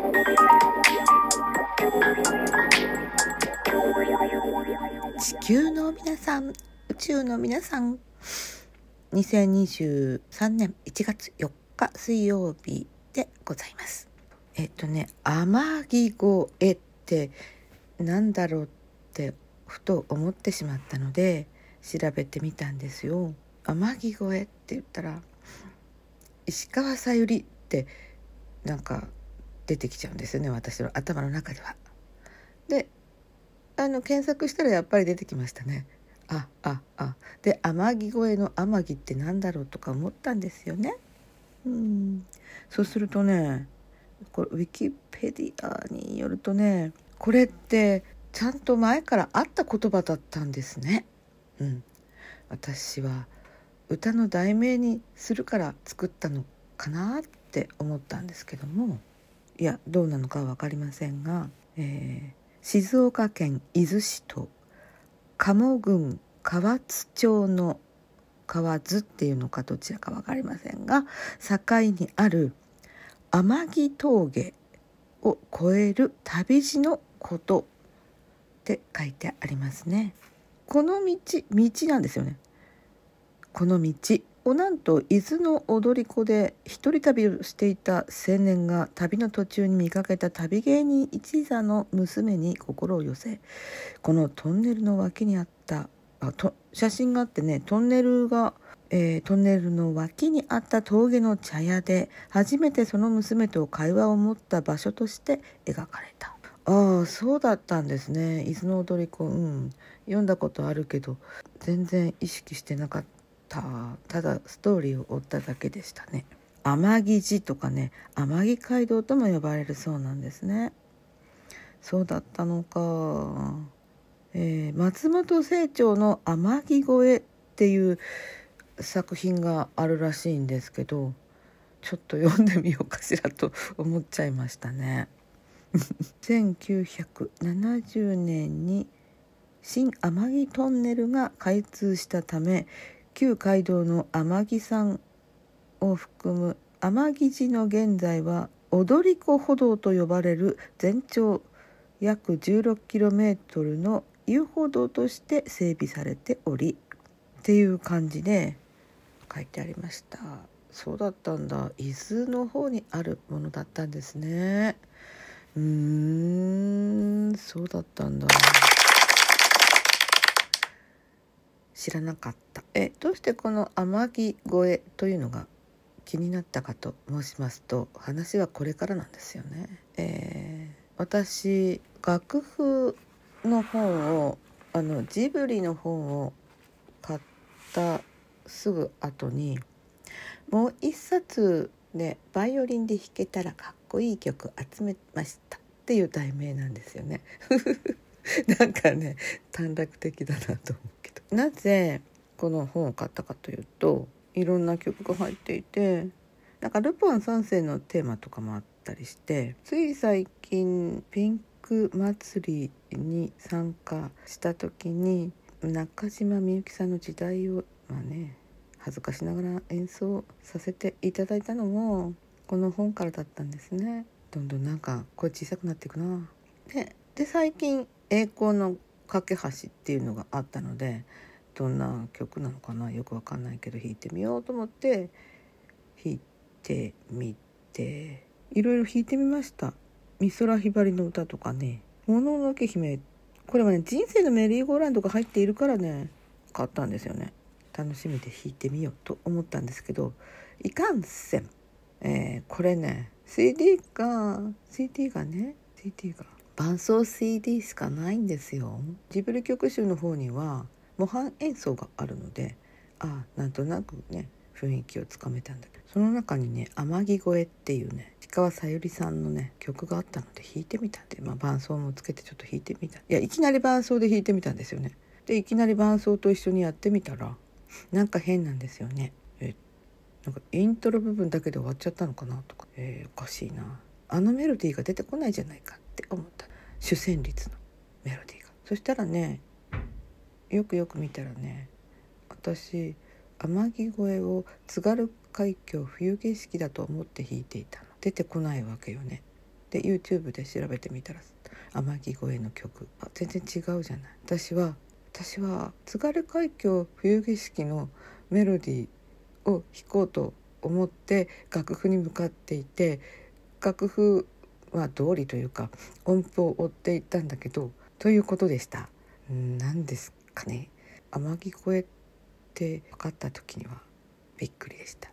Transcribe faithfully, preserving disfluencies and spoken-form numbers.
地球の皆さん、宇宙の皆さん、にせんにじゅうさんねんいちがつよっか水曜日でございます。えっとね天城越えってなんだろうってふと思ってしまったので調べてみたんですよ。天城越えって言ったら石川さゆりってなんか出てきちゃうんですよね、私の頭の中では。であの検索したらやっぱり出てきましたね。あああで天城越えの天城ってなんだろうとか思ったんですよね。うんそうするとね、これウィキペディアによるとね、これってちゃんと前からあった言葉だったんですね。うん、私は歌の題名にするから作ったのかなって思ったんですけども、いやどうなのかは分かりませんが、えー静岡県伊豆市と賀茂郡河津町の河津っていうのかどちらか分かりませんが、境にある天城峠を越える旅路のことって書いてありますね。この道道なんですよね。この道をなんと伊豆の踊り子で一人旅をしていた青年が旅の途中に見かけた旅芸人一座の娘に心を寄せ、このトンネルの脇にあったあと写真があってね、トンネルが、えー、トンネルの脇にあった峠の茶屋で初めてその娘と会話を持った場所として描かれた。ああそうだったんですね。伊豆の踊り子、うん読んだことあるけど全然意識してなかった。ただストーリーを追っただけでしたね。天城寺とかね、天城街道とも呼ばれるそうなんですね。そうだったのか。えー、松本清張の天城越えっていう作品があるらしいんですけど、ちょっと読んでみようかしらと思っちゃいましたね。せんきゅうひゃくななじゅうねんに新天城トンネルが開通したため、旧街道の天城山を含む天城寺の現在は踊り子歩道と呼ばれる全長約 じゅうろくキロメートル の遊歩道として整備されておりっていう感じで書いてありました。そうだったんだ。伊豆の方にあるものだったんですね。うーんそうだったんだ。知らなかった。えどうしてこの天城越えというのが気になったかと申しますと、話はこれからなんですよね。えー、私楽譜の本をあのジブリの本を買ったすぐ後にもう一冊でバイオリンで弾けたらかっこいい曲集めましたっていう題名なんですよね。なんかね短絡的だなと思うけど、なぜこの本を買ったかというと、いろんな曲が入っていて、なんかルパン三世のテーマとかもあったりして、つい最近ピンク祭りに参加した時に中島みゆきさんの時代をまあね恥ずかしながら演奏させていただいたのもこの本からだったんですね。どんどんなんか声小さくなっていくな。で、で最近栄光の架け橋っていうのがあったので、どんな曲なのかなよくわかんないけど弾いてみようと思って弾いてみて、いろいろ弾いてみました。美空ひばりの歌とかね、もののけ姫、これはね人生のメリーゴーランドが入っているからね買ったんですよね。楽しみで弾いてみようと思ったんですけど、いかんせん、えー、これね シーディー が シーディー がね シーディー が伴奏 シーディー しかないんですよ。ジブリ曲集の方には模範演奏があるので、あなんとなくね雰囲気をつかめたんだけど、その中にね天城越えっていうね石川さゆりさんのね曲があったので弾いてみたんで、まあ、伴奏もつけてちょっと弾いてみた。いやいきなり伴奏で弾いてみたんですよね。でいきなり伴奏と一緒にやってみたらなんか変なんですよね。えなんかイントロ部分だけで終わっちゃったのかなとか、えー、おかしいな、あのメロディーが出てこないじゃないかって思った。主旋律のメロディーが。そしたらねよくよく見たらね、私天城越えを津軽海峡冬景色だと思って弾いていたの。出てこないわけよね。 で YouTube で調べてみたら天城越えの曲、あ全然違うじゃない。私は私は津軽海峡冬景色のメロディーを弾こうと思って楽譜に向かっていて、楽譜は通りというか音符を追っていったんだけど、ということでした。何ですかね、天城越えって分かった時にはびっくりでした。